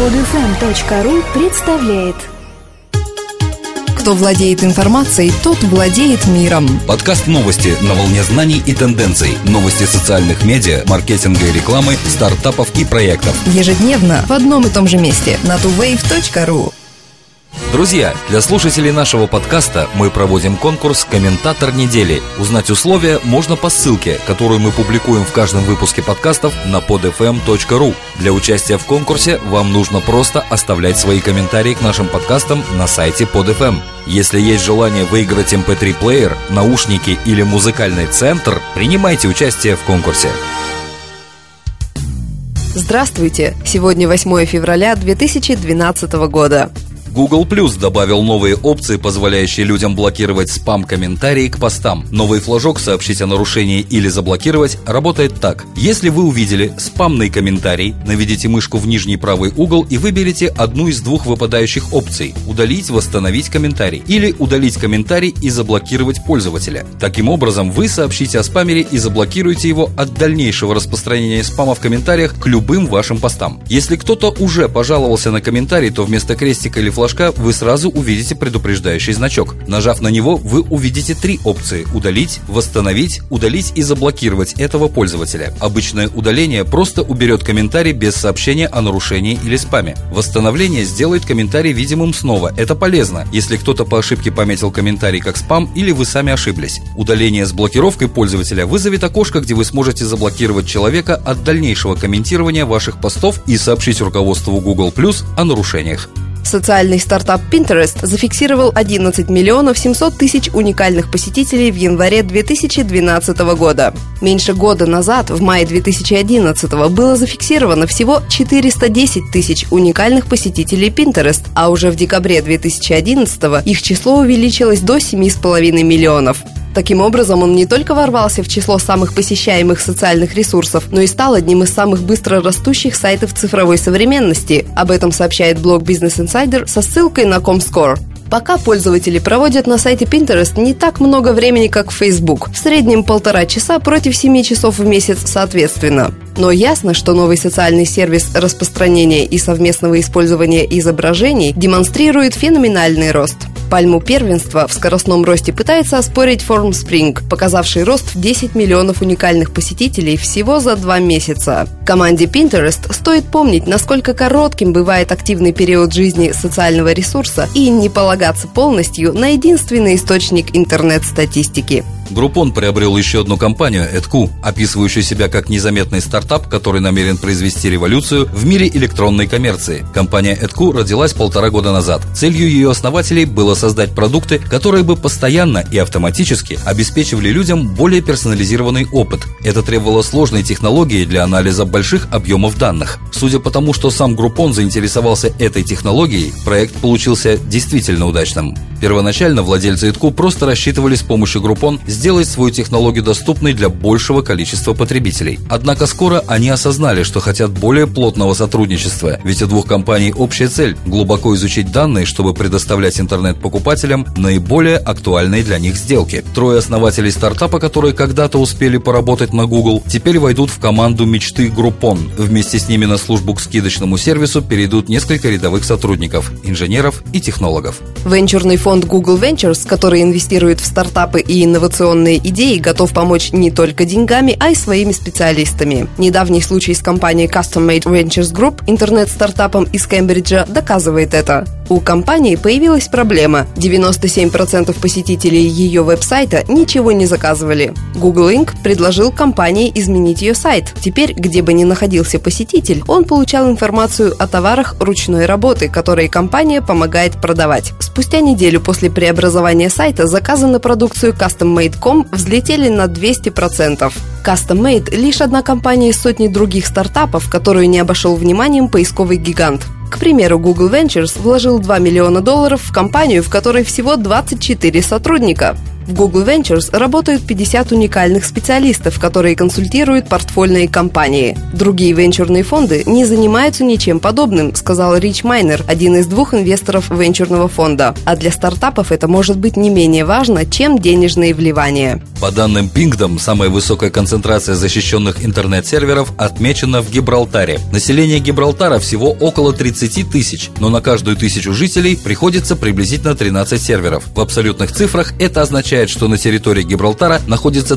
Podfm.ru представляет. Кто владеет информацией, тот владеет миром. Подкаст новости на волне знаний и тенденций. Новости социальных медиа, маркетинга и рекламы, стартапов и проектов. Ежедневно в одном и том же месте на tuwave.ru. Друзья, для слушателей нашего подкаста мы проводим конкурс «Комментатор недели». Узнать условия можно по ссылке, которую мы публикуем в каждом выпуске подкастов на podfm.ru. Для участия в конкурсе вам нужно просто оставлять свои комментарии к нашим подкастам на сайте PodFM. Если есть желание выиграть MP3-плеер, наушники или музыкальный центр, принимайте участие в конкурсе. Здравствуйте! Сегодня 8 февраля 2012 года. Google Plus добавил новые опции, позволяющие людям блокировать спам-комментарии к постам. Новый флажок «Сообщить о нарушении или заблокировать» работает так. Если вы увидели спамный комментарий, наведите мышку в нижний правый угол и выберите одну из двух выпадающих опций – удалить, восстановить комментарий или удалить комментарий и заблокировать пользователя. Таким образом, вы сообщите о спамере и заблокируете его от дальнейшего распространения спама в комментариях к любым вашим постам. Если кто-то уже пожаловался на комментарий, то вместо крестика или флажка вы сразу увидите предупреждающий значок. Нажав на него, вы увидите три опции – удалить, восстановить, удалить и заблокировать этого пользователя. Обычное удаление просто уберет комментарий без сообщения о нарушении или спаме. Восстановление сделает комментарий видимым снова. Это полезно, если кто-то по ошибке пометил комментарий как спам или вы сами ошиблись. Удаление с блокировкой пользователя вызовет окошко, где вы сможете заблокировать человека от дальнейшего комментирования ваших постов и сообщить руководству Google Plus о нарушениях. Социальный стартап Pinterest зафиксировал 11 миллионов 700 тысяч уникальных посетителей в январе 2012 года. Меньше года назад, в мае 2011, было зафиксировано всего 410 тысяч уникальных посетителей Pinterest, а уже в декабре 2011 их число увеличилось до 7,5 миллионов. Таким образом, он не только ворвался в число самых посещаемых социальных ресурсов, но и стал одним из самых быстро растущих сайтов цифровой современности. Об этом сообщает блог Business Insider со ссылкой на Comscore. Пока пользователи проводят на сайте Pinterest не так много времени, как в Facebook. В среднем 1,5 часа против 7 часов в месяц соответственно. Но ясно, что новый социальный сервис распространения и совместного использования изображений демонстрирует феноменальный рост. Пальму первенства в скоростном росте пытается оспорить Formspring, показавший рост в 10 миллионов уникальных посетителей всего за 2 месяца. Команде Pinterest стоит помнить, насколько коротким бывает активный период жизни социального ресурса и не полагаться полностью на единственный источник интернет-статистики. Groupon приобрел еще одну компанию, Edku, описывающую себя как незаметный стартап, который намерен произвести революцию в мире электронной коммерции. Компания Edku родилась 1,5 года назад. Целью ее основателей было создать продукты, которые бы постоянно и автоматически обеспечивали людям более персонализированный опыт. Это требовало сложной технологии для анализа больших объемов данных. Судя по тому, что сам Groupon заинтересовался этой технологией, проект получился действительно удачным. Первоначально владельцы Edku просто рассчитывали с помощью Groupon сделать свою технологию доступной для большего количества потребителей. Однако скоро они осознали, что хотят более плотного сотрудничества, ведь у двух компаний общая цель – глубоко изучить данные, чтобы предоставлять интернет-покупателям наиболее актуальные для них сделки. Трое основателей стартапа, которые когда-то успели поработать на Google, теперь войдут в команду мечты Groupon. Вместе с ними на службу к скидочному сервису перейдут несколько рядовых сотрудников, инженеров и технологов. Венчурный фонд Google Ventures, который инвестирует в стартапы и инновационные идеи, готов помочь не только деньгами, а и своими специалистами. Недавний случай с компанией Custom Made Ventures Group, интернет-стартапом из Кембриджа, доказывает это. У компании появилась проблема. 97% посетителей ее веб-сайта ничего не заказывали. Google Inc. предложил компании изменить ее сайт. Теперь, где бы ни находился посетитель, он получал информацию о товарах ручной работы, которые компания помогает продавать. Спустя неделю после преобразования сайта заказы на продукцию CustomMade.com взлетели на 200%. CustomMade – лишь одна компания из сотни других стартапов, которую не обошел вниманием поисковый гигант. К примеру, Google Ventures вложил $2 миллиона в компанию, в которой всего 24 сотрудника. В Google Ventures работают 50 уникальных специалистов, которые консультируют портфольные компании. Другие венчурные фонды не занимаются ничем подобным, сказал Рич Майнер, один из 2 инвесторов венчурного фонда. А для стартапов это может быть не менее важно, чем денежные вливания. По данным Pingdom, самая высокая концентрация защищенных интернет-серверов отмечена в Гибралтаре. Население Гибралтара всего около 30 тысяч, но на каждую 1000 жителей приходится приблизительно 13 серверов. В абсолютных цифрах это означает, что на территории Гибралтара находится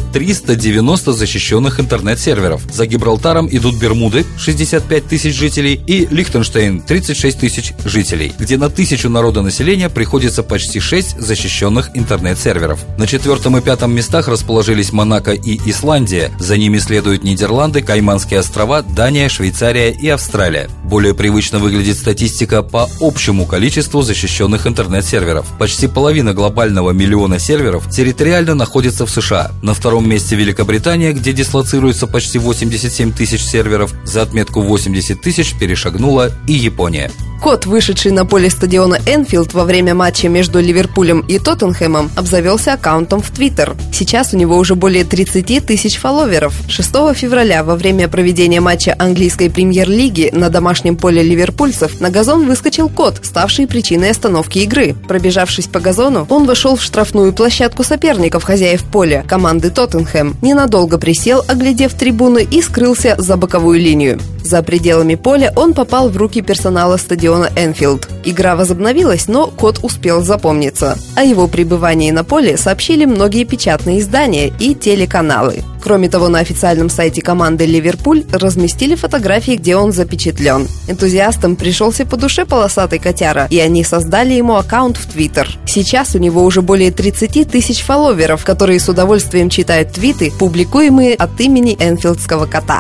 390 защищенных интернет-серверов. За Гибралтаром идут Бермуды, 65 тысяч жителей, и Лихтенштейн, 36 тысяч жителей, где на 1000 народонаселения приходится почти 6 защищенных интернет-серверов. На 4 и 5 местах расположились Монако и Исландия, за ними следуют Нидерланды, Кайманские острова, Дания, Швейцария и Австралия. Более привычно выглядит статистика по общему количеству защищенных интернет-серверов. Почти половина глобального миллиона серверов территориально находится в США. На 2-м месте Великобритания, где дислоцируется почти 87 тысяч серверов. За отметку 80 тысяч перешагнула и Япония. Кот, вышедший на поле стадиона Энфилд во время матча между Ливерпулем и Тоттенхэмом, обзавелся аккаунтом в Твиттер. Сейчас у него уже более 30 тысяч фолловеров. 6 февраля во время проведения матча английской премьер-лиги на домашнем поле ливерпульцев на газон выскочил кот, ставший причиной остановки игры. Пробежавшись по газону, он вошел в штрафную площадку соперников хозяев поля, команды Тоттенхэм, ненадолго присел, оглядев трибуны, и скрылся за боковую линию. За пределами поля он попал в руки персонала стадиона Энфилд. Игра возобновилась, но кот успел запомниться. О его пребывании на поле сообщили многие печатные издания и телеканалы. Кроме того, на официальном сайте команды «Ливерпуль» разместили фотографии, где он запечатлен. Энтузиастам пришелся по душе полосатый котяра, и они создали ему аккаунт в Твиттер. Сейчас у него уже более 30 тысяч фолловеров, которые с удовольствием читают твиты, публикуемые от имени энфилдского кота.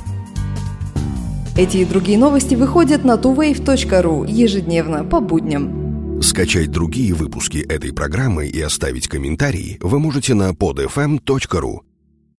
Эти и другие новости выходят на tuwave.ru ежедневно по будням. Скачать другие выпуски этой программы и оставить комментарии вы можете на podfm.ru.